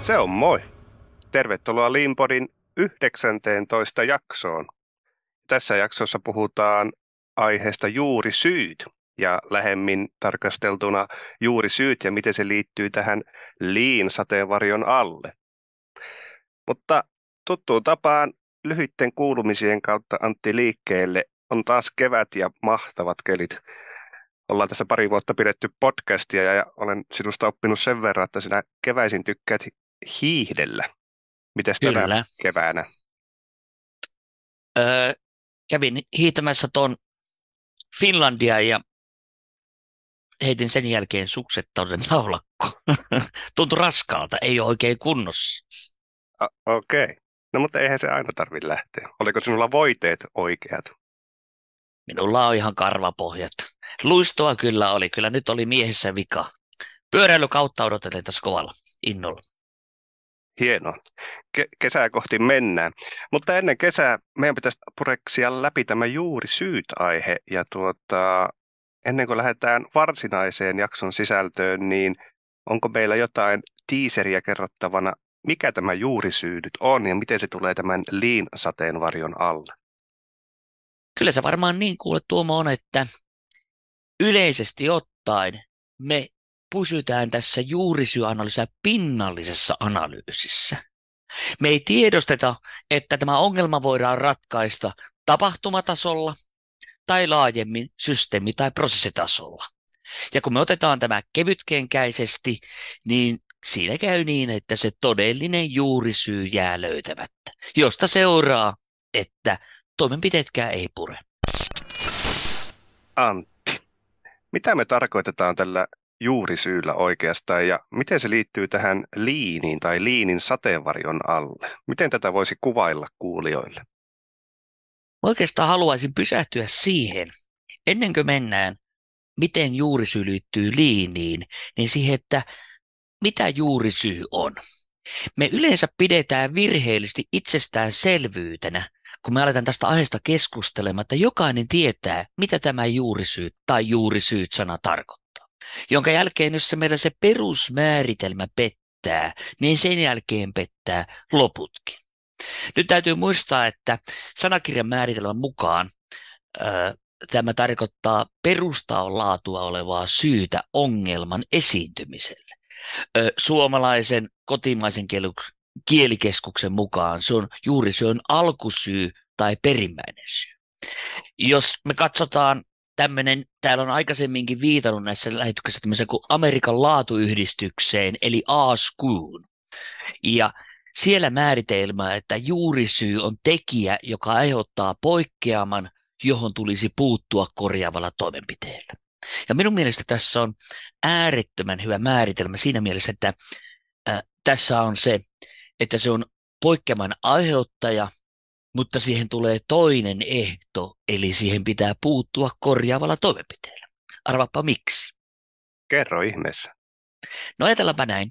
Se on moi. Tervetuloa Leanpodin 19. jaksoon. Tässä jaksossa puhutaan aiheesta juurisyyt ja lähemmin tarkasteltuna juurisyyt ja miten se liittyy tähän Lean-sateenvarjon alle. Mutta tuttuun tapaan lyhyitten kuulumisien kautta Antti liikkeelle on taas kevät ja mahtavat kelit. Ollaan tässä pari vuotta pidetty podcastia ja olen sinusta oppinut sen verran, että sinä keväisin tykkäät hiihdellä. Mites tänä Kyllä. keväänä? Öö, Kävin hiihtämässä tuon Finlandia ja heitin sen jälkeen sukset tuonne naulakkoon. Tuntui raskaalta, ei ole oikein kunnossa. Okei. No mutta eihän se aina tarvitse lähteä. Oliko sinulla voiteet oikeat? Minulla on ihan karvapohjat. Luistoa kyllä oli, kyllä nyt oli miehessä vika. Pyöräilykautta odoteltiin tässä kovalla innolla. Hienoa. Kesää kohti mennään. Mutta ennen kesää meidän pitäisi pureksia läpi tämä juuri syyt-aihe. Ja ennen kuin lähdetään varsinaiseen jakson sisältöön, niin onko meillä jotain tiiseriä kerrottavana, mikä tämä juurisyy nyt on ja miten se tulee tämän Lean-sateenvarjon alle? Kyllä se varmaan niin kuule Tuomo on, että yleisesti ottaen me pysytään tässä juurisyyanalyysissa pinnallisessa analyysissä. Me ei tiedosteta, että tämä ongelma voidaan ratkaista tapahtumatasolla tai laajemmin systeemi- tai prosessitasolla. Ja kun me otetaan tämä kevytkenkäisesti, niin siinä käy niin, että se todellinen juurisyy jää löytämättä, josta seuraa, että toimenpiteitkään ei pure. Antti, mitä me tarkoitetaan tällä juurisyyllä oikeastaan ja miten se liittyy tähän liiniin tai liinin sateenvarjon alle? Miten tätä voisi kuvailla kuulijoille? Oikeastaan haluaisin pysähtyä siihen, ennen kuin mennään, miten juurisyy liittyy liiniin, niin siihen, että mitä juurisyy on. Me yleensä pidetään virheellisesti itsestäänselvyytenä, kun me aletaan tästä aiheesta keskustelemaan, että jokainen tietää, mitä tämä juurisyyt tai juurisyyt-sana tarkoittaa. Jonka jälkeen, jos se meillä se perusmääritelmä pettää, niin sen jälkeen pettää loputkin. Nyt täytyy muistaa, että sanakirjan määritelmän mukaan tämä tarkoittaa perustaon laatua olevaa syytä ongelman esiintymiselle. Suomalaisen kotimaisen kielikeskuksen mukaan se on alkusyy tai perimmäinen syy. Jos me katsotaan täällä on aikaisemminkin viitannut näissä lähetyksissä tämmöiseen kuin Amerikan laatuyhdistykseen, eli ASCOon. Ja siellä määritelmää, että juurisyy on tekijä, joka aiheuttaa poikkeaman, johon tulisi puuttua korjaavalla toimenpiteellä. Ja minun mielestä tässä on äärettömän hyvä määritelmä siinä mielessä, että tässä on se, että se on poikkeaman aiheuttaja, mutta siihen tulee toinen ehto, eli siihen pitää puuttua korjaavalla toimenpiteellä. Arvaappa miksi. Kerro ihmeessä. No ajatellaanpa näin,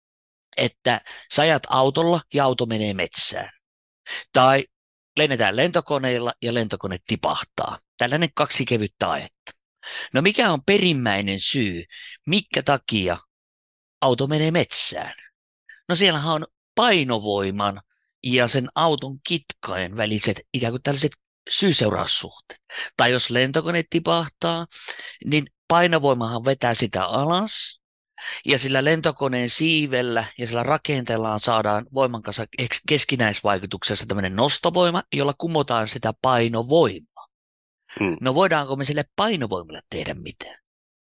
että sä ajat autolla ja auto menee metsään. Tai lennetään lentokoneella ja lentokone tipahtaa. Tällainen kaksi kevyttä aihetta. No mikä on perimmäinen syy, minkä takia auto menee metsään? No siellähän on painovoiman ja sen auton kitkain väliset ikään kuin tällaiset syy-seuraussuhteet. Tai jos lentokone tipahtaa, niin painovoimahan vetää sitä alas, ja sillä lentokoneen siivellä ja sillä rakenteellaan saadaan voiman kanssa keskinäisvaikutuksessa tämmöinen nostovoima, jolla kumotaan sitä painovoimaa. Mm, No voidaanko me sille painovoimalle tehdä mitään?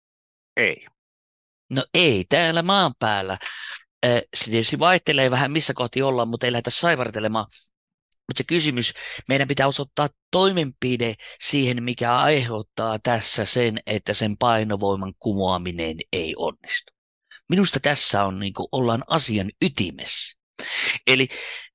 ei. No ei, täällä maan päällä. Se tietysti vaihtelee vähän missä kohti ollaan, mutta ei lähdetä saivartelemaan. Mutta se kysymys, meidän pitää osoittaa toimenpide siihen, mikä aiheuttaa tässä sen, että sen painovoiman kumoaminen ei onnistu. Minusta tässä on niin kuin ollaan asian ytimessä. Eli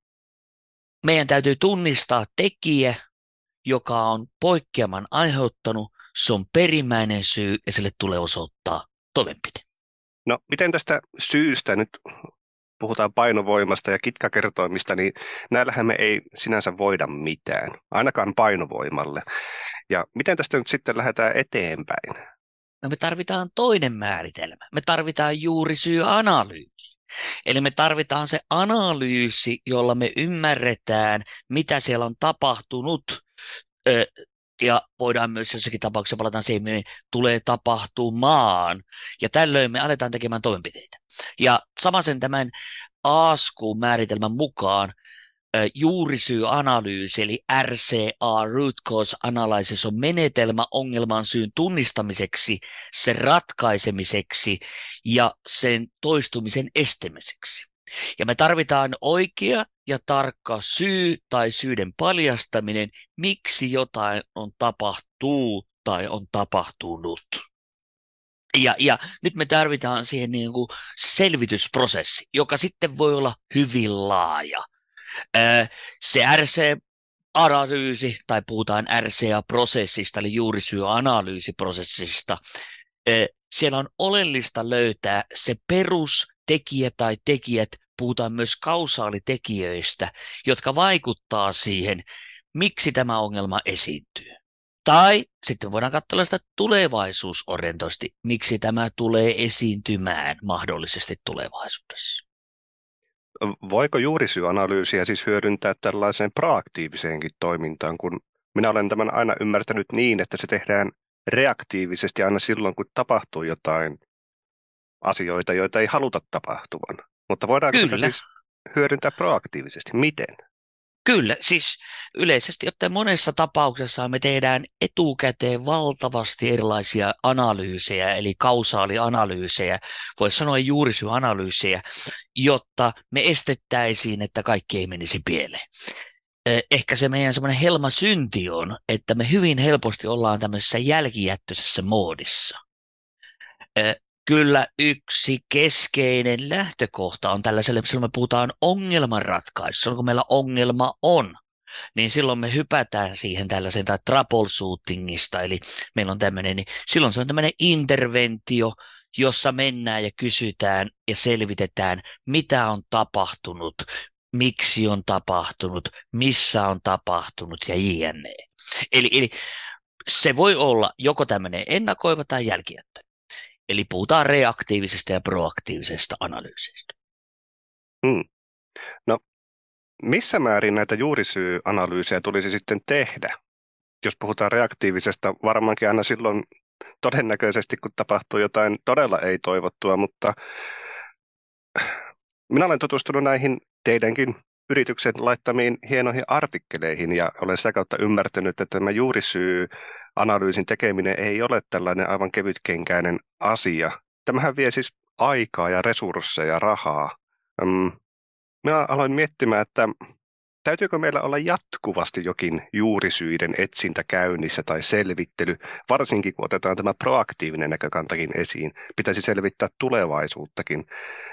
meidän täytyy tunnistaa tekijä, joka on poikkeaman aiheuttanut, se on perimmäinen syy ja sille tulee osoittaa toimenpide. No miten tästä syystä nyt puhutaan painovoimasta ja kitkakertoimista, niin näillähän me ei sinänsä voida mitään, ainakaan painovoimalle. Ja miten tästä nyt sitten lähdetään eteenpäin? No me tarvitaan toinen määritelmä. Me tarvitaan juurisyysanalyysi. Eli me tarvitaan se analyysi, jolla me ymmärretään, mitä siellä on tapahtunut, ö, ja voidaan myös jossakin tapauksessa palata siihen, mitä tulee tapahtumaan, ja tällöin me aletaan tekemään toimenpiteitä. Ja samaisen tämän ASKU-määritelmän mukaan juurisyyanalyysi, eli RCA, Root Cause Analysis, on menetelmä ongelman syyn tunnistamiseksi, sen ratkaisemiseksi ja sen toistumisen estämiseksi. Ja me tarvitaan oikea ja tarkka syy tai syyden paljastaminen, miksi jotain on tapahtuu tai on tapahtunut. Ja nyt me tarvitaan siihen niin kuin selvitysprosessi, joka sitten voi olla hyvin laaja. Se RC-analyysi, tai puhutaan RCA-prosessista, eli juurisyyanalyysiprosessista, siellä on oleellista löytää se perustekijä tai tekijät, puhutaan myös kausaalitekijöistä, jotka vaikuttaa siihen, miksi tämä ongelma esiintyy. Tai sitten voidaan katsoa sitä tulevaisuusorientoisesti, miksi tämä tulee esiintymään mahdollisesti tulevaisuudessa. Voiko juurisyyanalyysistä siis hyödyntää tällaiseen proaktiiviseenkin toimintaan, kun minä olen tämän aina ymmärtänyt niin, että se tehdään reaktiivisesti aina silloin, kun tapahtuu jotain asioita, joita ei haluta tapahtuvan. Mutta voidaanko tätä Kyllä. siis hyödyntää proaktiivisesti? Miten? Kyllä, siis yleisesti ottaen monessa tapauksessa me tehdään etukäteen valtavasti erilaisia analyysejä, eli kausaalianalyysejä, voisi sanoa juurisyyanalyysejä, jotta me estettäisiin, että kaikki ei menisi pieleen. Ehkä se meidän semmoinen helmasynti on, että me hyvin helposti ollaan tämmöisessä jälkijättöisessä moodissa. Kyllä yksi keskeinen lähtökohta on tällaiselle, silloin me puhutaan ongelmanratkaisusta, silloin kun meillä ongelma on, niin silloin me hypätään siihen tällaiseen tai troubleshootingista, eli meillä on tämmöinen, niin silloin se on tämmöinen interventio, jossa mennään ja kysytään ja selvitetään, mitä on tapahtunut, miksi on tapahtunut, missä on tapahtunut ja jne. Eli se voi olla joko tämmöinen ennakoiva tai jälkijättöinen. Eli puhutaan reaktiivisesta ja proaktiivisesta analyysistä. No, missä määrin näitä juurisyyanalyysejä tulisi sitten tehdä? Jos puhutaan reaktiivisesta, varmaankin aina silloin todennäköisesti, kun tapahtuu jotain todella ei-toivottua, mutta minä olen tutustunut näihin teidänkin yrityksen laittamiin hienoihin artikkeleihin ja olen sitä kautta ymmärtänyt, että tämä juurisyy-analyysin tekeminen ei ole tällainen aivan kevytkenkäinen asia. Tämähän vie siis aikaa ja resursseja ja rahaa. Minä aloin miettimään, että täytyykö meillä olla jatkuvasti jokin juurisyiden etsintä käynnissä tai selvittely, varsinkin kun otetaan tämä proaktiivinen näkökantakin esiin. Pitäisi selvittää tulevaisuuttakin.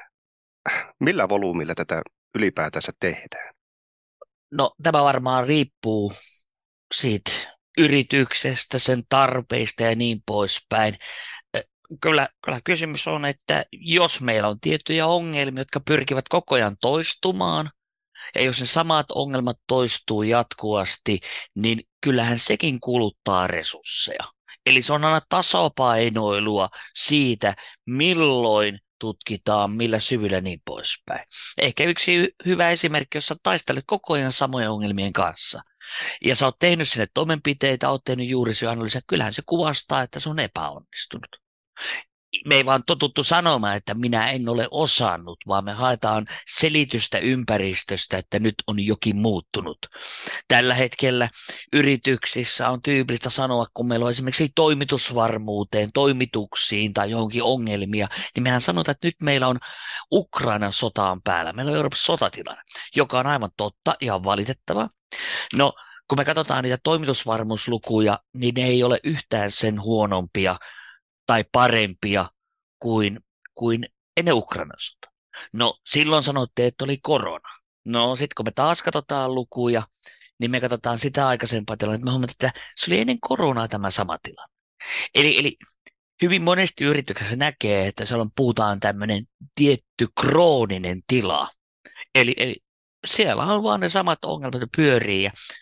Millä volyymilla tätä ylipäätänsä tehdään? No tämä varmaan riippuu siitä yrityksestä, sen tarpeista ja niin poispäin. Kyllä kysymys on, että jos meillä on tiettyjä ongelmia, jotka pyrkivät koko ajan toistumaan, ja jos ne samat ongelmat toistuu jatkuvasti, niin kyllähän sekin kuluttaa resursseja. Eli se on aina tasapainoilua siitä, milloin tutkitaan, millä syvyllä ja niin poispäin. Ehkä yksi hyvä esimerkki, jossa taistelet koko ajan samojen ongelmien kanssa. Ja sä oot tehnyt sinne toimenpiteitä, oot tehnyt juurisyyanalyysejä, kyllähän se kuvastaa, että se on epäonnistunut. Me ei vaan totuttu sanomaan, että minä en ole osannut, vaan me haetaan selitystä ympäristöstä, että nyt on jokin muuttunut. Tällä hetkellä yrityksissä on tyypillistä sanoa, kun meillä on esimerkiksi toimitusvarmuuteen, toimituksiin tai johonkin ongelmia, niin mehän sanotaan, että nyt meillä on Ukrainan sotaan päällä. Meillä on Euroopassa sotatilanne, joka on aivan totta, ihan valitettava. No, kun me katsotaan niitä toimitusvarmuuslukuja, niin ne ei ole yhtään sen huonompia tai parempia kuin ennen Ukrainan sota. No silloin sanottiin, että oli korona. No sitten kun me taas katsotaan lukuja, niin me katsotaan sitä aikaisempaa tilannetta. Me huomataan, että se oli ennen koronaa tämä sama tilanne. Eli hyvin monesti yrityksessä näkee, että siellä puhutaan tämmöinen tietty krooninen tila. Eli siellä on vaan ne samat ongelmat pyörii.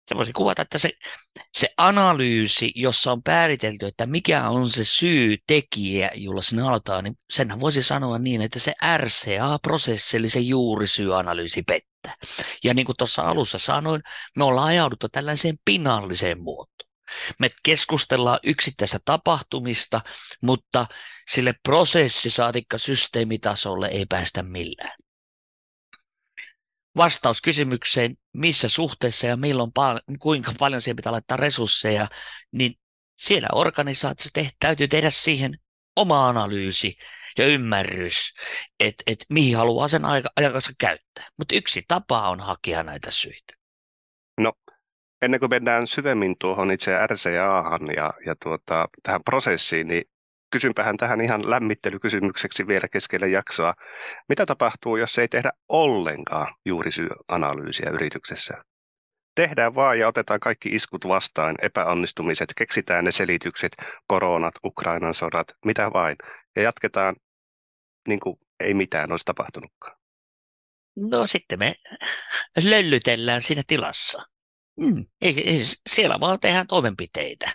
Se voisi kuvata, että se analyysi, jossa on määritelty, että mikä on se syytekijä, jolla sinne aletaan, niin senhän voisi sanoa niin, että se RCA-prosessi, eli se juurisyyanalyys pettää. Ja niin kuin tuossa alussa sanoin, me ollaan ajauduttu tällaiseen pinnalliseen muotoon. Me keskustellaan yksittäisistä tapahtumista, mutta sille prosessisaatikka systeemitasolle ei päästä millään. Vastaus kysymykseen, missä suhteessa ja milloin, kuinka paljon siihen pitää laittaa resursseja, niin siellä organisaatiossa täytyy tehdä siihen oma analyysi ja ymmärrys, että mihin haluaa sen ajankanssa käyttää. Mutta yksi tapa on hakea näitä syitä. No, ennen kuin mennään syvemmin tuohon itse RCAhan ja tähän prosessiin, niin kysynpähän tähän ihan lämmittelykysymykseksi vielä keskelle jaksoa. Mitä tapahtuu, jos ei tehdä ollenkaan juurisyyanalyysejä yrityksessä? Tehdään vaan ja otetaan kaikki iskut vastaan, epäonnistumiset, keksitään ne selitykset, koronat, Ukrainan sodat, mitä vain. Ja jatketaan niin kuin ei mitään olisi tapahtunutkaan. No sitten me löllytellään siinä tilassa. Ei, siellä vaan tehdään toimenpiteitä.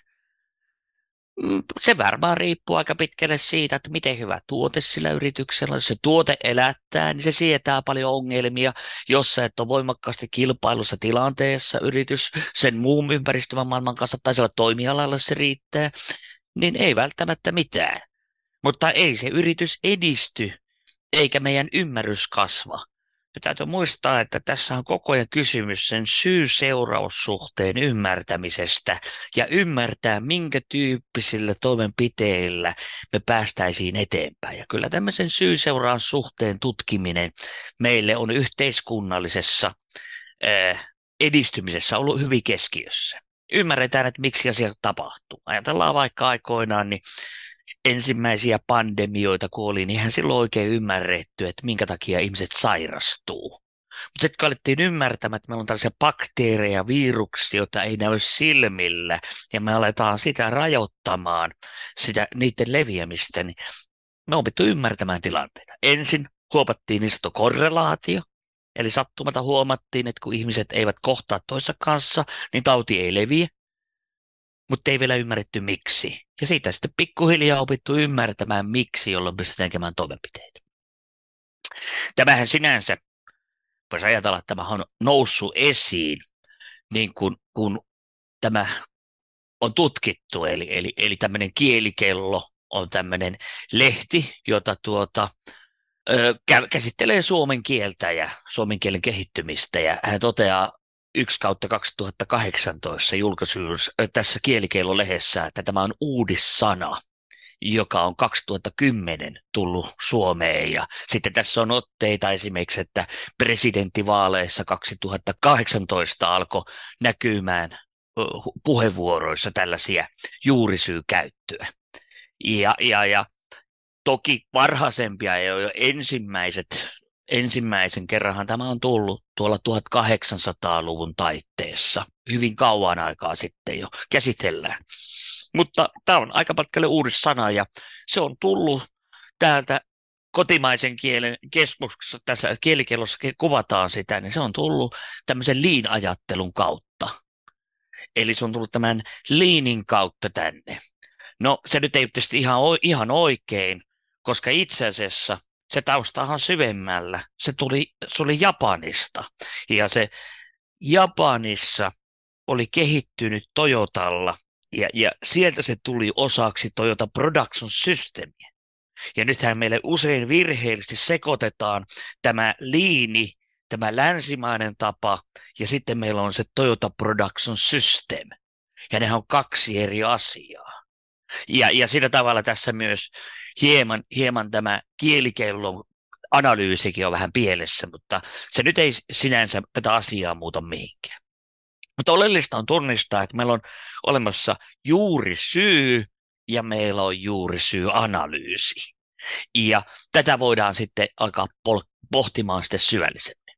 Se varmaan riippuu aika pitkälle siitä, että miten hyvä tuote sillä yrityksellä. Jos se tuote elättää, niin se sietää paljon ongelmia. Jos sä et ole voimakkaasti kilpailussa tilanteessa yritys sen muun ympäristön maailman kanssa tai sillä toimialalla se riittää, niin ei välttämättä mitään. Mutta ei se yritys edisty, eikä meidän ymmärrys kasva. Ja täytyy muistaa, että tässä on koko ajan kysymys sen syy-seuraussuhteen ymmärtämisestä ja ymmärtää, minkä tyyppisillä toimenpiteillä me päästäisiin eteenpäin. Ja kyllä tämmöisen syy-seuraussuhteen tutkiminen meille on yhteiskunnallisessa edistymisessä ollut hyvin keskiössä. Ymmärretään, että miksi asiat tapahtuu. Ajatellaan vaikka aikoinaan, niin ensimmäisiä pandemioita kun oli, niin eihän silloin oikein ymmärretty, että minkä takia ihmiset sairastuu. Mutta sitten kun alettiin ymmärtämään, että meillä on tällaisia bakteereja ja viruksia, joita ei näy silmillä, ja me aletaan sitä rajoittamaan, niiden leviämistä, niin me on opittu ymmärtämään tilanteita. Ensin huomattiin niin sanottu korrelaatio, eli sattumalta huomattiin, että kun ihmiset eivät kohtaa toissa kanssa, niin tauti ei leviä. Mutta ei vielä ymmärretty miksi. Ja siitä sitten pikkuhiljaa opittu ymmärtämään miksi, jolloin pystytään tekemään toimenpiteitä. Tämähän sinänsä, voisi ajatella, että tämä on noussut esiin, niin kun tämä on tutkittu. Eli tämmöinen Kielikello on tämmöinen lehti, jota käsittelee suomen kieltä ja suomen kielen kehittymistä. Ja hän toteaa 1/2018 julkaisuus tässä Kielikello-lehdessä, että tämä on uudissana, joka on 2010 tullut Suomeen. Ja sitten tässä on otteita esimerkiksi, että presidenttivaaleissa 2018 alkoi näkymään puheenvuoroissa tällaisia juurisyykäyttöä. Ja toki varhaisempia ja jo ensimmäisen kerranhan tämä on tullut tuolla 1800-luvun taitteessa. Hyvin kauan aikaa sitten jo käsitellään. Mutta tämä on aika pitkälle uusi sana ja se on tullut täältä kotimaisen kielen keskuksessa, tässä kielikellossa kuvataan sitä, niin se on tullut tämmöisen lean-ajattelun kautta. Eli se on tullut tämän leanin kautta tänne. No se nyt ei tietysti ihan oikein, koska itse asiassa se taustahan syvemmällä. Se tuli Japanista ja se Japanissa oli kehittynyt Toyotalla ja sieltä se tuli osaksi Toyota Production Systemia. Ja nythän meille usein virheellisesti sekoitetaan tämä liini, tämä länsimainen tapa ja sitten meillä on se Toyota Production System. Ja nehän on kaksi eri asiaa. Ja sillä tavalla tässä myös hieman tämä kielikellon analyysikin on vähän pielessä, mutta se nyt ei sinänsä tätä asiaa muuta mihinkään. Mutta oleellista on tunnistaa, että meillä on olemassa juurisyy ja meillä on juurisyyanalyys. Ja tätä voidaan sitten alkaa pohtimaan sitten syvällisemmin.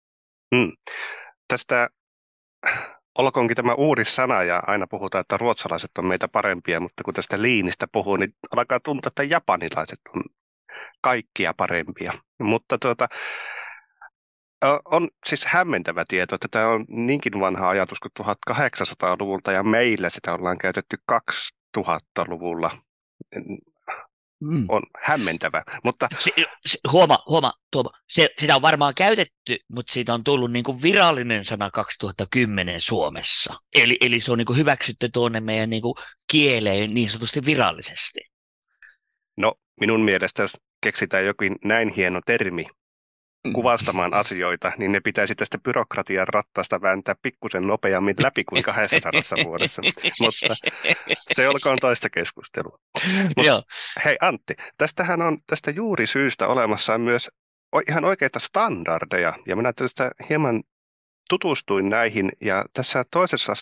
Tästä olkoonkin tämä uudissana ja aina puhutaan, että ruotsalaiset on meitä parempia, mutta kun tästä liinistä puhuu, niin alkaa tuntua, että japanilaiset on kaikkia parempia. Mutta On siis hämmentävä tieto, että tämä on niinkin vanha ajatus kuin 1800-luvulta ja meillä sitä ollaan käytetty 2000-luvulla. Mm. On hämmentävä, mutta Huoma, Tuomo, sitä on varmaan käytetty, mutta siitä on tullut niin kuin virallinen sana 2010 Suomessa. Eli se on niin kuin hyväksytty tuonne meidän niin kuin kieleen niin sanotusti virallisesti. no minun mielestä jos keksitään jokin näin hieno termi Mm. kuvastamaan asioita, niin ne pitäisi tästä byrokratian rattaasta vääntää pikkusen nopeammin läpi kuin 200 vuodessa. Mutta se olkoon toista keskustelua. Mutta Joo. hei Antti, tästähän on tästä juurisyystä olemassa myös ihan oikeita standardeja, ja minä tästä hieman tutustuin näihin, ja tässä toisessa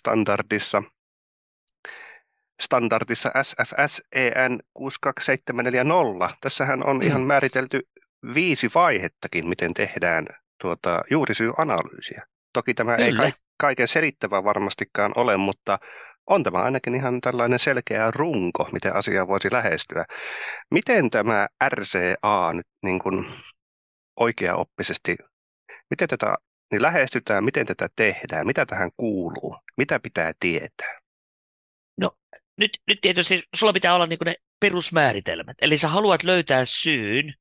standardissa SFS EN 62740, tässähän on ihan Mm. määritelty 5 vaihettakin, miten tehdään juurisyyanalyysiä. Toki tämä ei Kyllä. kaiken selittävä varmastikaan ole, mutta on tämä ainakin ihan tällainen selkeä runko, miten asiaa voisi lähestyä. Miten tämä RCA nyt niin kuin oikeaoppisesti, miten tätä niin lähestytään, miten tätä tehdään, mitä tähän kuuluu, mitä pitää tietää? No nyt tietysti sulla pitää olla niin kuin ne perusmääritelmät. Eli sä haluat löytää syyn,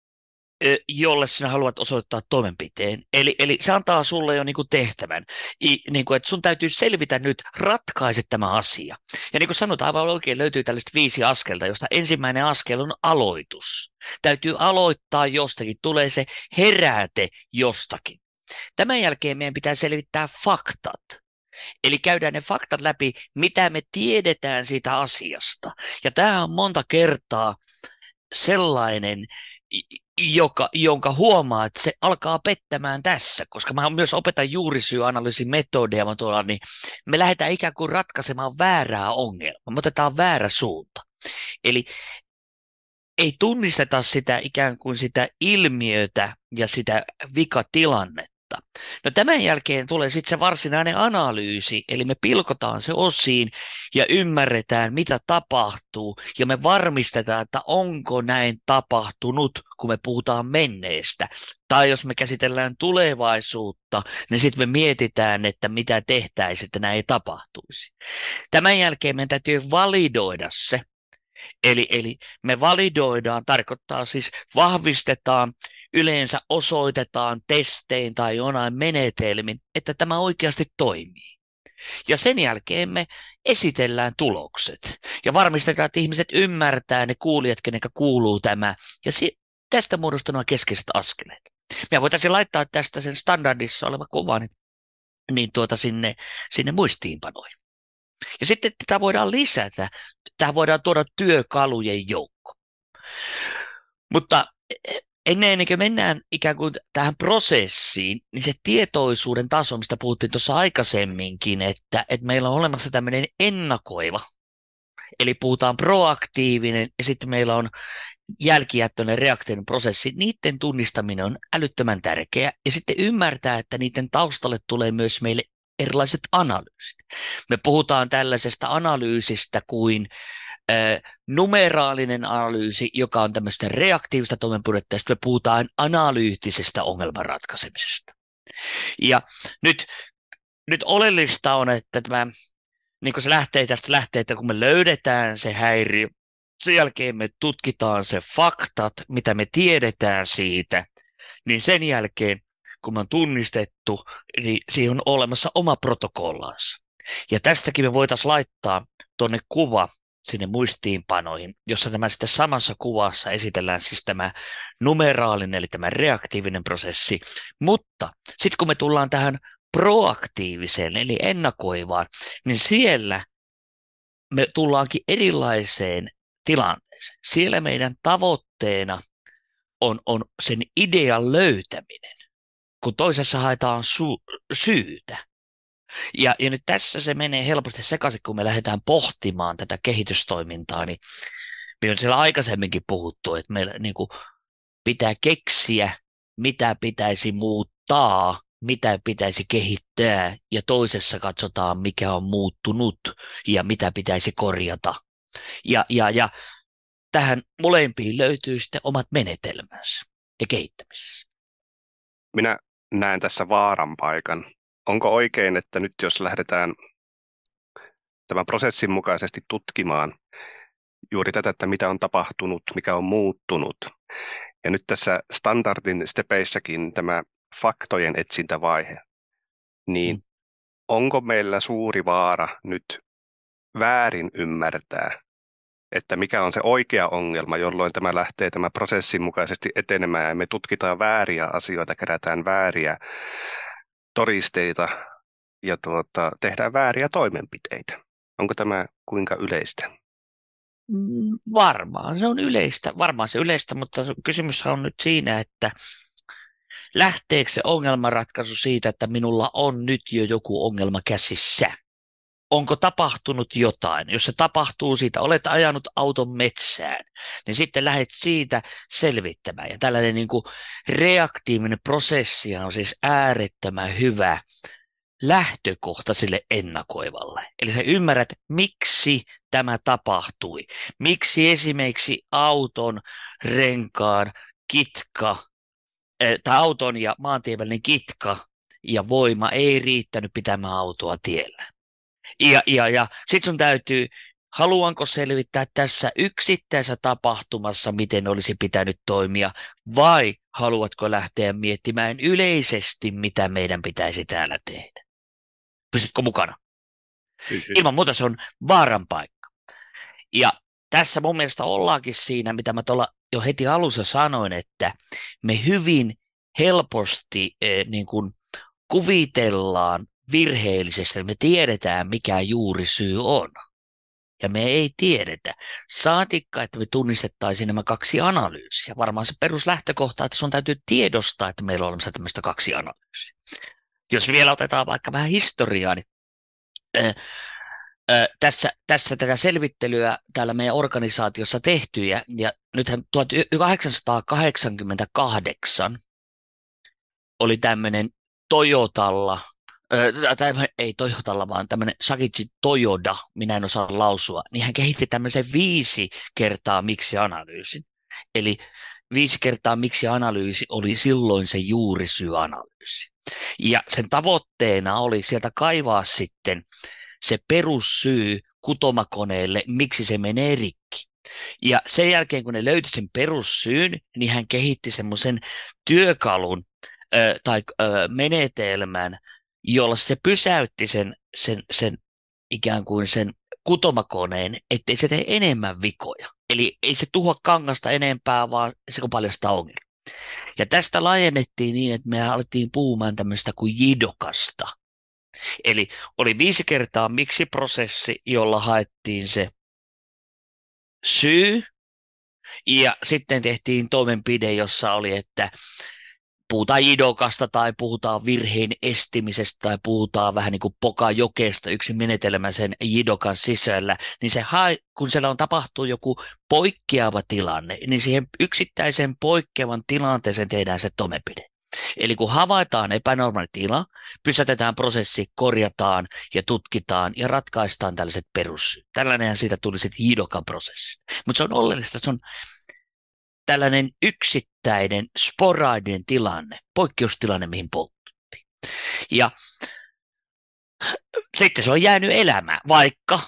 jolle sinä haluat osoittaa toimenpiteen. Eli se antaa sulle jo niin kuin tehtävän, niin kuin, että sun täytyy selvitä nyt, ratkaise tämä asia. Ja niin kuin sanotaan, aivan oikein löytyy tällaiset 5 askelta, josta ensimmäinen askel on aloitus. Täytyy aloittaa jostakin, tulee se heräte jostakin. Tämän jälkeen meidän pitää selvittää faktat. Eli käydään ne faktat läpi, mitä me tiedetään siitä asiasta. Ja tämä on monta kertaa sellainen, jonka huomaa, että se alkaa pettämään tässä, koska mä myös opetan juurisyyanalyysin metodeja, niin me lähdetään ikään kuin ratkaisemaan väärää ongelmaa, me otetaan väärä suunta. Eli ei tunnisteta sitä ikään kuin sitä ilmiötä ja sitä vikatilannetta. No tämän jälkeen tulee sitten se varsinainen analyysi, eli me pilkotaan se osiin ja ymmärretään, mitä tapahtuu, ja me varmistetaan, että onko näin tapahtunut, kun me puhutaan menneestä. Tai jos me käsitellään tulevaisuutta, niin sitten me mietitään, että mitä tehtäisiin, että näin ei tapahtuisi. Tämän jälkeen meidän täytyy validoida se. Eli me validoidaan, tarkoittaa siis vahvistetaan, yleensä osoitetaan testein tai jonain menetelmin, että tämä oikeasti toimii. Ja sen jälkeen me esitellään tulokset ja varmistetaan, että ihmiset ymmärtää, ne kuulijat, kenen kuuluu tämä. Ja tästä muodostuu nämä keskeiset askeleet. Me voitaisiin laittaa tästä sen standardissa oleva kuva niin sinne muistiinpanoihin. Ja sitten tätä voidaan lisätä, tähän voidaan tuoda työkalujen joukko. Mutta ennen kuin mennään ikään kuin tähän prosessiin, niin se tietoisuuden taso, mistä puhuttiin tuossa aikaisemminkin, että meillä on olemassa tämmöinen ennakoiva, eli puhutaan proaktiivinen ja sitten meillä on jälkijättöinen reaktiivinen prosessi, niiden tunnistaminen on älyttömän tärkeä ja sitten ymmärtää, että niiden taustalle tulee myös meille erilaiset analyysit. Me puhutaan tällaisesta analyysistä kuin numeraalinen analyysi, joka on tämmöistä reaktiivista toimenpidettä, ja sitten me puhutaan analyyttisestä ongelmanratkaisemisesta. Ja nyt oleellista on, että tämä, niin kuin se lähtee, että kun me löydetään se häiriö, sen jälkeen me tutkitaan se faktat, mitä me tiedetään siitä, niin sen jälkeen, kun me on tunnistettu, niin siihen on olemassa oma protokollansa. Ja tästäkin me voitaisiin laittaa tuonne kuva sinne muistiinpanoihin, jossa tämä sitten samassa kuvassa esitellään siis tämä numeraalinen, eli tämä reaktiivinen prosessi. Mutta sitten kun me tullaan tähän proaktiiviseen, eli ennakoivaan, niin siellä me tullaankin erilaiseen tilanteeseen. Siellä meidän tavoitteena on sen idean löytäminen, kun toisessa haetaan syytä. Ja nyt tässä se menee helposti sekaisin, kun me lähdetään pohtimaan tätä kehitystoimintaa, niin me on siellä aikaisemminkin puhuttu, että meillä niin kuin pitää keksiä, mitä pitäisi muuttaa, mitä pitäisi kehittää, ja toisessa katsotaan, mikä on muuttunut ja mitä pitäisi korjata. Ja tähän molempiin löytyy sitten omat menetelmänsä ja kehittämisessä. Minä näen tässä vaaran paikan. Onko oikein, että nyt jos lähdetään tämän prosessin mukaisesti tutkimaan juuri tätä, että mitä on tapahtunut, mikä on muuttunut, ja nyt tässä standardin stepeissäkin tämä faktojen etsintävaihe, niin Mm. onko meillä suuri vaara nyt väärin ymmärtää, että mikä on se oikea ongelma, jolloin tämä lähtee tämä prosessin mukaisesti etenemään ja me tutkitaan vääriä asioita, kerätään vääriä todisteita ja tehdään vääriä toimenpiteitä. Onko tämä kuinka yleistä? Varmaan se on yleistä, mutta kysymys on nyt siinä, että lähteekö se ongelmanratkaisu siitä, että minulla on nyt jo joku ongelma käsissä? Onko tapahtunut jotain? Jos se tapahtuu siitä, olet ajanut auton metsään, niin sitten lähdet siitä selvittämään. Ja tällainen niin kuin reaktiivinen prosessi on siis äärettömän hyvä lähtökohta sille ennakoivalle. Eli sä ymmärrät, miksi tämä tapahtui. Miksi esimerkiksi auton renkaan kitka tai auton ja maantien välinen kitka ja voima ei riittänyt pitämään autoa tiellä. Ja sitten sun täytyy, haluanko selvittää tässä yksittäisessä tapahtumassa, miten olisi pitänyt toimia, vai haluatko lähteä miettimään yleisesti, mitä meidän pitäisi täällä tehdä? Pysytkö mukana? Pysyn. Ilman muuta se on vaaran paikka. Ja tässä mun mielestä ollaankin siinä, mitä mä tuolla jo heti alussa sanoin, että me hyvin helposti niin kuin kuvitellaan virheellisesti, me tiedetään, mikä juurisyy on. Ja me ei tiedetä. Saatikka, että me tunnistettaisiin nämä kaksi analyysiä. Varmaan se peruslähtökohta, että sun täytyy tiedostaa, että meillä on olemassa tämmöistä kaksi analyysiä. Jos vielä otetaan vaikka vähän historiaa, niin tässä tätä selvittelyä täällä meidän organisaatiossa tehty, ja nythän 1888 oli tämmöinen Toyotalla, ei Toyotalla, vaan tämmöinen Sakichi Toyoda, minä en osaa lausua, niin hän kehitti tämmöisen 5 kertaa miksi-analyysin. Eli 5 kertaa miksi-analyysi oli silloin se juurisyyanalyys. Ja sen tavoitteena oli sieltä kaivaa sitten se perussyy kutomakoneelle, miksi se menee rikki. Ja sen jälkeen, kun ne löyti sen perussyyn, niin hän kehitti semmoisen työkalun tai menetelmän, jolla se pysäytti sen ikään kuin sen kutomakoneen, ettei se tee enemmän vikoja. Eli ei se tuhoa kangasta enempää, vaan se paljastaa ongelmia. Ja tästä laajennettiin niin, että me alettiin puhumaan tämmöistä kuin jidokasta. Eli oli 5 kertaa miksi-prosessi, jolla haettiin se syy, ja sitten tehtiin toimenpide, jossa oli, että puhutaan jidokasta tai puhutaan virheen estimisestä tai puhutaan vähän niin kuin Pokajokesta, yksi menetelmä sen jidokan sisällä, niin se kun siellä on tapahtuu joku poikkeava tilanne, niin siihen yksittäisen poikkeavan tilanteeseen tehdään se toimenpide. Eli kun havaitaan epänormaali tila, pysäytetään prosessi, korjataan ja tutkitaan ja ratkaistaan tällaiset perussyyt. Tällainenhan siitä tuli sitten jidokan prosessi. Mutta se on oleellista, se on tällainen yksittäinen, sporaadinen tilanne, poikkeustilanne, mihin puututtiin. Ja sitten se on jäänyt elämään, vaikka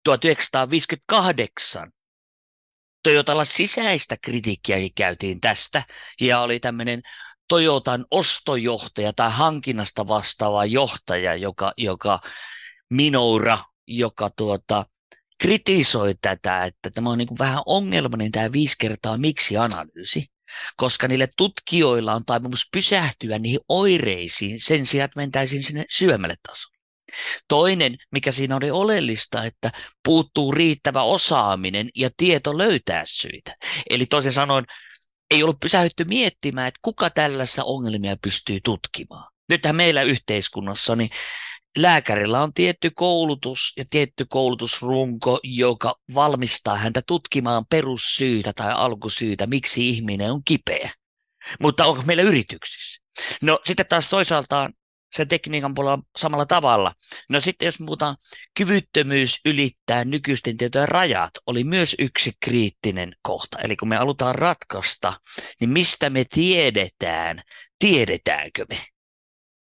1958 Toyotalla sisäistä kritiikkiäkin käytiin tästä, ja oli tämmöinen Toyotan ostojohtaja tai hankinnasta vastaava johtaja, joka Minoura, joka kritisoi tätä, että tämä on niin kuin vähän ongelmainen tämä 5 kertaa miksi-analyysi, koska niille tutkijoilla on taipumus pysähtyä niihin oireisiin sen sijaan, että mentäisiin sinne syvemmälle tasolle. Toinen, mikä siinä oli oleellista, että puuttuu riittävä osaaminen ja tieto löytää syitä. Eli toisin sanoen, ei ollut pysähdytty miettimään, että kuka tällaista ongelmia pystyy tutkimaan. Nythän meillä yhteiskunnassa niin lääkärillä on tietty koulutus ja tietty koulutusrunko, joka valmistaa häntä tutkimaan perussyytä tai alkusyytä, miksi ihminen on kipeä. Mutta onko meillä yrityksissä? No sitten taas toisaalta sen tekniikan puolella on samalla tavalla. No sitten jos puhutaan kyvyttömyys ylittää nykyisten tietojen rajat, oli myös yksi kriittinen kohta. Eli kun me halutaan ratkaista, niin mistä me tiedetään, tiedetäänkö me?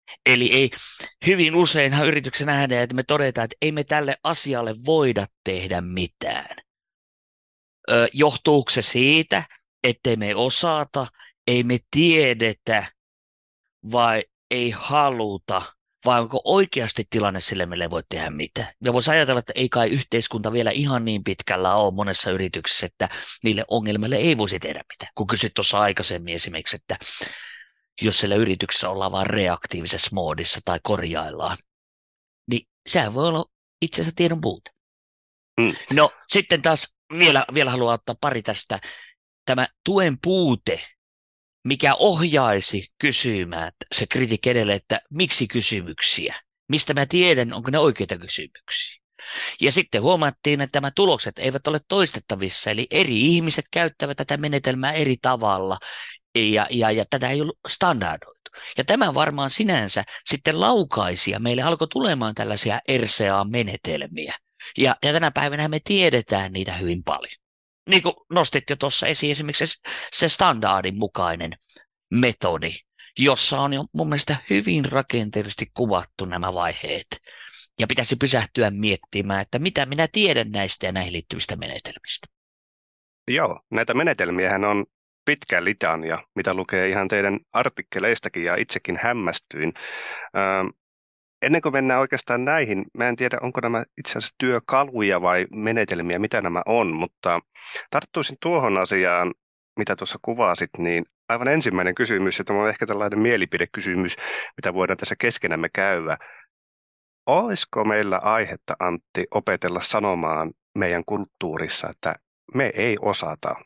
Eli ei, hyvin useinhan yrityksessä nähdään, että me todetaan, että ei me tälle asialle voida tehdä mitään. Johtuuko se siitä, ettei me osata, ei me tiedetä vai ei haluta, vai onko oikeasti tilanne sille, meille ei voi tehdä mitään. Ja voisi ajatella, että ei kai yhteiskunta vielä ihan niin pitkällä ole monessa yrityksessä, että niille ongelmille ei voisi tehdä mitään. Kun kysyt tuossa aikaisemmin esimerkiksi, että jos siellä yrityksessä ollaan vain reaktiivisessa moodissa tai korjaillaan, niin sehän voi olla itse asiassa tiedon puute. Mm. No sitten taas vielä haluan ottaa pari tästä. Tämä tuen puute, mikä ohjaisi kysymään se kritiikki edelleen, että miksi kysymyksiä? Mistä mä tiedän, onko ne oikeita kysymyksiä? Ja sitten huomattiin, että nämä tulokset eivät ole toistettavissa, eli eri ihmiset käyttävät tätä menetelmää eri tavalla, ja tätä ei ollut standardoitu. Ja tämä varmaan sinänsä sitten laukaisi, ja meille alkoi tulemaan tällaisia RCA-menetelmiä. Ja tänä päivänä me tiedetään niitä hyvin paljon. Niin kuin nostit jo tuossa esiin esimerkiksi se standardin mukainen metodi, jossa on jo mun mielestä hyvin rakenteellisesti kuvattu nämä vaiheet. Ja pitäisi pysähtyä miettimään, että mitä minä tiedän näistä ja näihin liittyvistä menetelmistä. Joo, näitä menetelmiähän on pitkä litania, mitä lukee ihan teidän artikkeleistakin ja itsekin hämmästyin. Ähm, Ennen kuin mennään oikeastaan näihin, mä en tiedä, onko nämä itse asiassa työkaluja vai menetelmiä, mitä nämä on, mutta tarttuisin tuohon asiaan, mitä tuossa kuvasit, niin aivan ensimmäinen kysymys, ja tämä on ehkä tällainen mielipidekysymys, mitä voidaan tässä keskenämme käydä. Olisiko meillä aihetta, Antti, opetella sanomaan meidän kulttuurissa, että me ei osata?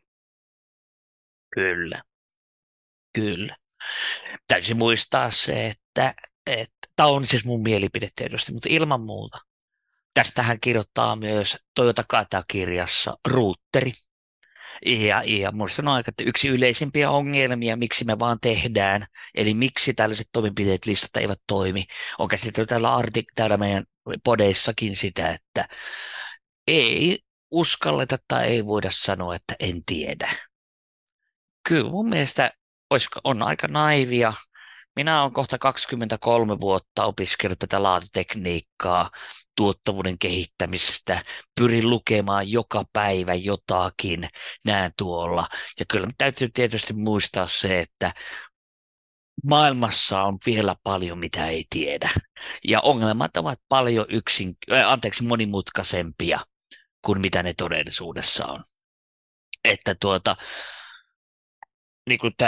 Kyllä, kyllä. Täytyy muistaa se, että tämä on siis mun mielipide tietysti, mutta ilman muuta. Tästähän kirjoittaa myös Toyota Kata-kirjassa Ruutteri. Ja minusta sanoo, että yksi yleisimpiä ongelmia, miksi me vaan tehdään, eli miksi tällaiset toimenpiteet listat eivät toimi, on käsitelty täällä meidän podeissakin sitä, että ei uskalleta tai ei voida sanoa, että en tiedä. Kyllä mun mielestä on aika naivia. Minä olen kohta 23 vuotta opiskellut tätä laatutekniikkaa, tuottavuuden kehittämistä, pyrin lukemaan joka päivä jotakin, näen tuolla. Ja kyllä täytyy tietysti muistaa se, että maailmassa on vielä paljon, mitä ei tiedä. Ja ongelmat ovat paljon monimutkaisempia kuin mitä ne todellisuudessa on. Että niin kuin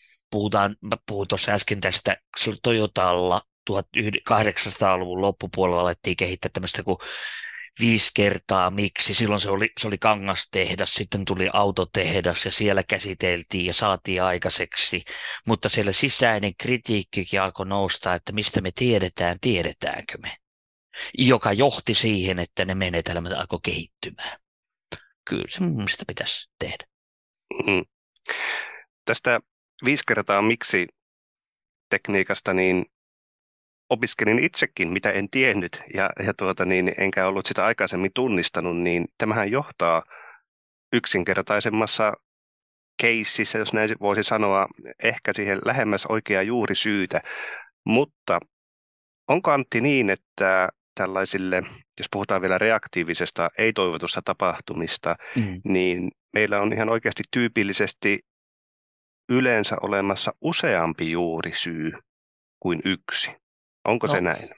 mä puhuin tuossa äsken tästä Toyotalla 1800-luvun loppupuolella alettiin kehittää tämmöistä kuin 5 kertaa miksi. Silloin se oli kangastehdas, sitten tuli autotehdas ja siellä käsiteltiin ja saatiin aikaiseksi. Mutta siellä sisäinen kritiikkikin alkoi nousta, että mistä me tiedetäänkö me. Joka johti siihen, että ne menetelmät alkoi kehittymään. Kyllä se mun mielestä pitäisi tehdä. Mm. Tästä 5 kertaa miksi tekniikasta, niin opiskelin itsekin, mitä en tiennyt, enkä ollut sitä aikaisemmin tunnistanut, niin tämähän johtaa yksinkertaisemmassa keississä, jos näin voisi sanoa, ehkä siihen lähemmäs oikeaa juurisyytä. Mutta onko, Antti, niin, että tällaisille, jos puhutaan vielä reaktiivisesta, ei-toivotusta tapahtumista, niin meillä on ihan oikeasti tyypillisesti yleensä olemassa useampi juurisyy kuin yksi. Onko se No, näin?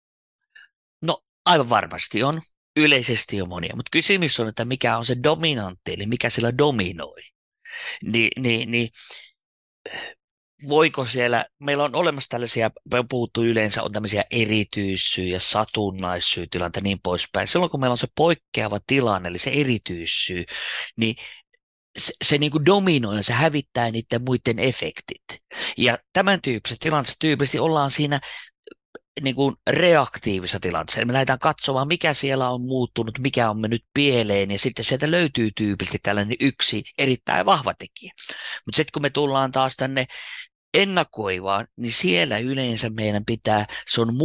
no aivan varmasti on. Yleisesti on monia, mutta kysymys on, että mikä on se dominantti, eli mikä sillä dominoi. Niin, voiko siellä, meillä on olemassa tällaisia, me on puhuttu yleensä, on tämmöisiä erityissyy- ja satunnaissyytilanteita ja niin poispäin. Silloin kun meillä on se poikkeava tilanne, eli se erityissyy, niin se niin kuin dominoi ja se hävittää niiden muiden efektit. Ja tämän tyyppisessä tilanteessa tyypillisesti ollaan siinä niin kuin reaktiivisessa tilanteessa. Eli me lähdetään katsomaan, mikä siellä on muuttunut, mikä on mennyt pieleen, ja sitten sieltä löytyy tyypillisesti tällainen yksi erittäin vahva tekijä. Mutta sitten kun me tullaan taas tänne ennakoivaan, niin siellä yleensä meidän se on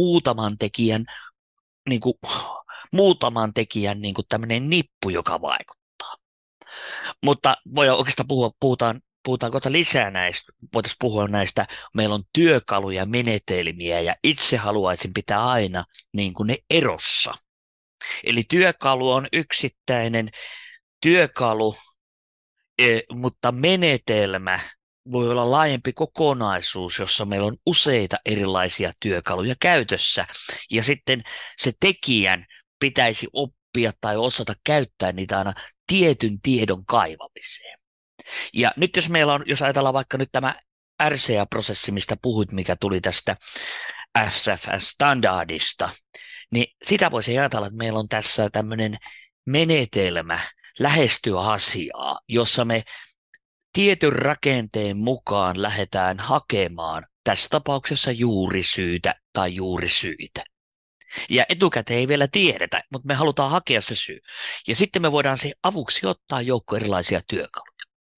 niin kuin, muutaman tekijän niin kuin tämmöinen nippu, joka vaikuttaa. Mutta voi oikeastaan puhutaan puhutaan kohta lisää näistä, voitaisiin puhua näistä, meillä on työkaluja, menetelmiä ja itse haluaisin pitää aina niin kuin ne erossa. Eli työkalu on yksittäinen työkalu, mutta menetelmä voi olla laajempi kokonaisuus, jossa meillä on useita erilaisia työkaluja käytössä. Ja sitten se tekijän pitäisi oppia tai osata käyttää niitä aina tietyn tiedon kaivamiseen. Ja nyt jos meillä on, jos ajatellaan vaikka nyt tämä RCA-prosessi, mistä puhuit, mikä tuli tästä SFS-standardista, niin sitä voisi ajatella, että meillä on tässä tämmöinen menetelmä lähestyä asiaa, jossa me tietyn rakenteen mukaan lähdetään hakemaan tässä tapauksessa juurisyytä tai juurisyitä. Ja etukäteen ei vielä tiedetä, mutta me halutaan hakea se syy. Ja sitten me voidaan siihen avuksi ottaa joukko erilaisia työkaluja.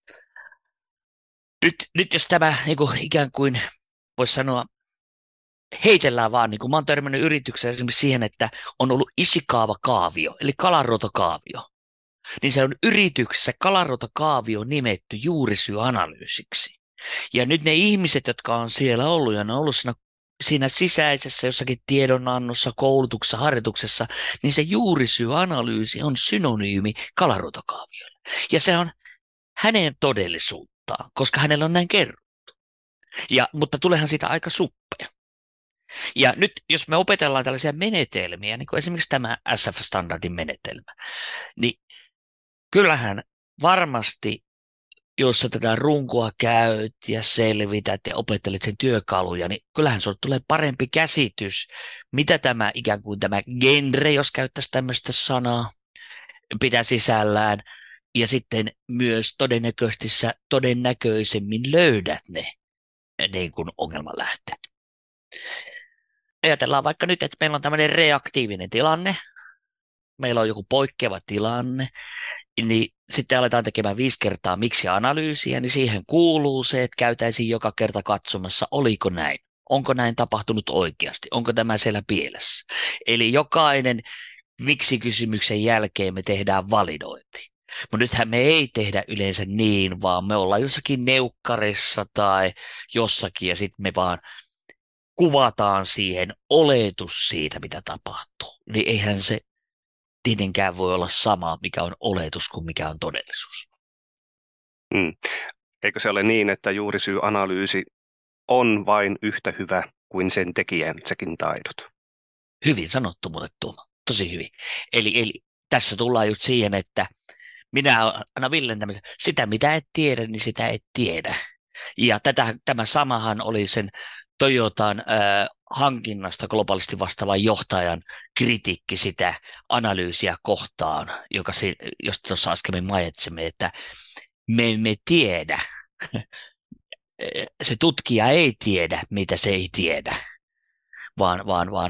Nyt jos tämä niin kuin ikään kuin voisi sanoa, heitellään vaan, niin kuin mä oon törmännyt yrityksessä esimerkiksi siihen, että on ollut Ishikawa-kaavio, eli kalaruotokaavio. Niin se on yrityksessä kalaruotokaavio nimetty juurisyöanalyysiksi. Ja nyt ne ihmiset, jotka on siellä ollut ja ne on ollut siinä sisäisessä jossakin tiedonannossa, koulutuksessa, harjoituksessa, niin se juurisyyanalyysi on synonyymi kalaruotokaaviolle. Ja se on hänen todellisuuttaan, koska hänellä on näin kerrottu. Mutta tuleehan siitä aika suppea. Ja nyt jos me opetellaan tällaisia menetelmiä, niin kuin esimerkiksi tämä SF-standardin menetelmä, niin kyllähän varmasti, jos sä tätä runkoa käyt ja selvität ja opettelet sen työkaluja, niin kyllähän sulle tulee parempi käsitys, mitä tämä ikään kuin tämä genre, jos käyttäisi tämmöistä sanaa, pitää sisällään. Ja sitten myös todennäköisesti sä todennäköisemmin löydät ne niin kuin ongelmanlähteet. Ajatellaan vaikka nyt, että meillä on tämmöinen reaktiivinen tilanne, meillä on joku poikkeava tilanne, niin sitten aletaan tekemään 5 kertaa miksi-analyysiä, niin siihen kuuluu se, että käytäisiin joka kerta katsomassa, oliko näin, onko näin tapahtunut oikeasti, onko tämä siellä pielessä. Eli jokainen miksi-kysymyksen jälkeen me tehdään validointi. Mutta nythän me ei tehdä yleensä niin, vaan me ollaan jossakin neukkarissa tai jossakin ja sitten me vaan kuvataan siihen oletus siitä, mitä tapahtuu. Niin eihän se tietenkään voi olla sama, mikä on oletus kuin mikä on todellisuus. Eikö se ole niin, että juurisyyanalyys on vain yhtä hyvä kuin sen tekijän sekin taidot? Hyvin sanottu mulle, Tuomo. Tosi hyvin. Eli tässä tullaan just siihen, että minä aina villen tämmöisen, sitä mitä et tiedä, niin sitä et tiedä. Ja tämä samahan oli sen Toyotan hankinnasta globaalisti vastaavan johtajan kritiikki sitä analyysiä kohtaan, josta tuossa äsken mainitsimme, että me emme tiedä. Se tutkija ei tiedä, mitä se ei tiedä, vaan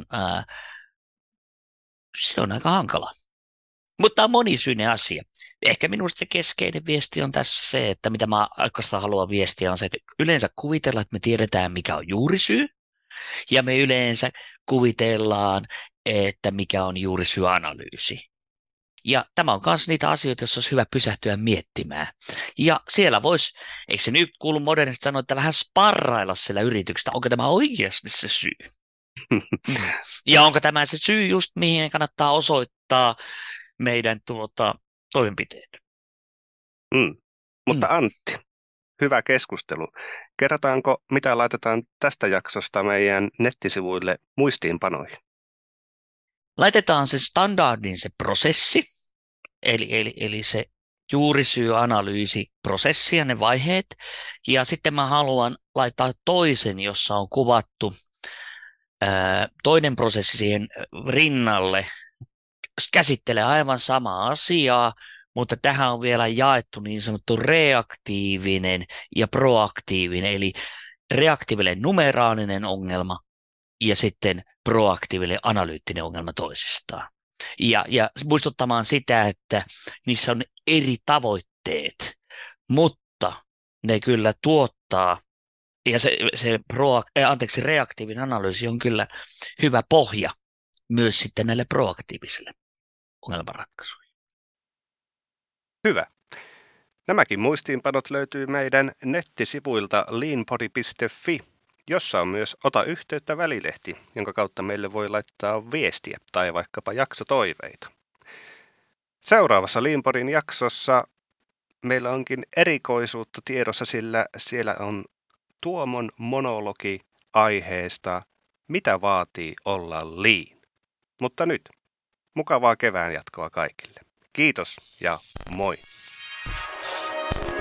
se on aika hankala. Mutta on monisyinen asia. Ehkä minusta se keskeinen viesti on tässä se, että mitä mä oikeastaan haluan viestiä on se, että yleensä kuvitellaan, että me tiedetään, mikä on juurisyy, ja me yleensä kuvitellaan, että mikä on juurisyyanalyys. Ja tämä on myös niitä asioita, joissa olisi hyvä pysähtyä miettimään. Ja siellä voisi, eikö se nyt kuulu modernisesti sanoa, että vähän sparrailla siellä yrityksestä, onko tämä oikeasti se syy? Ja onko tämä se syy just mihin kannattaa osoittaa meidän toimenpiteet? Mutta Antti, hyvä keskustelu. Kerrotaanko, mitä laitetaan tästä jaksosta meidän nettisivuille muistiinpanoihin? Laitetaan se standardin se prosessi, eli se juurisyyanalyysprosessi ja ne vaiheet. Ja sitten mä haluan laittaa toisen, jossa on kuvattu toinen prosessi siihen rinnalle. Käsittelee aivan samaa asiaa, mutta tähän on vielä jaettu niin sanottu reaktiivinen ja proaktiivinen, eli reaktiivinen numeraalinen ongelma ja sitten proaktiivinen analyyttinen ongelma toisistaan. Ja muistuttamaan sitä, että niissä on eri tavoitteet, mutta ne kyllä tuottaa, ja se reaktiivinen analyysi on kyllä hyvä pohja myös sitten näille proaktiivisille ongelmanratkaisuille. Hyvä. Nämäkin muistiinpanot löytyy meidän nettisivuilta leanpodi.fi, jossa on myös Ota yhteyttä välilehti, jonka kautta meille voi laittaa viestiä tai vaikkapa jaksotoiveita. Seuraavassa Leanpodin jaksossa meillä onkin erikoisuutta tiedossa, sillä siellä on Tuomon monologi aiheesta, mitä vaatii olla lean. Mutta nyt, mukavaa kevään jatkoa kaikille. Kiitos ja moi!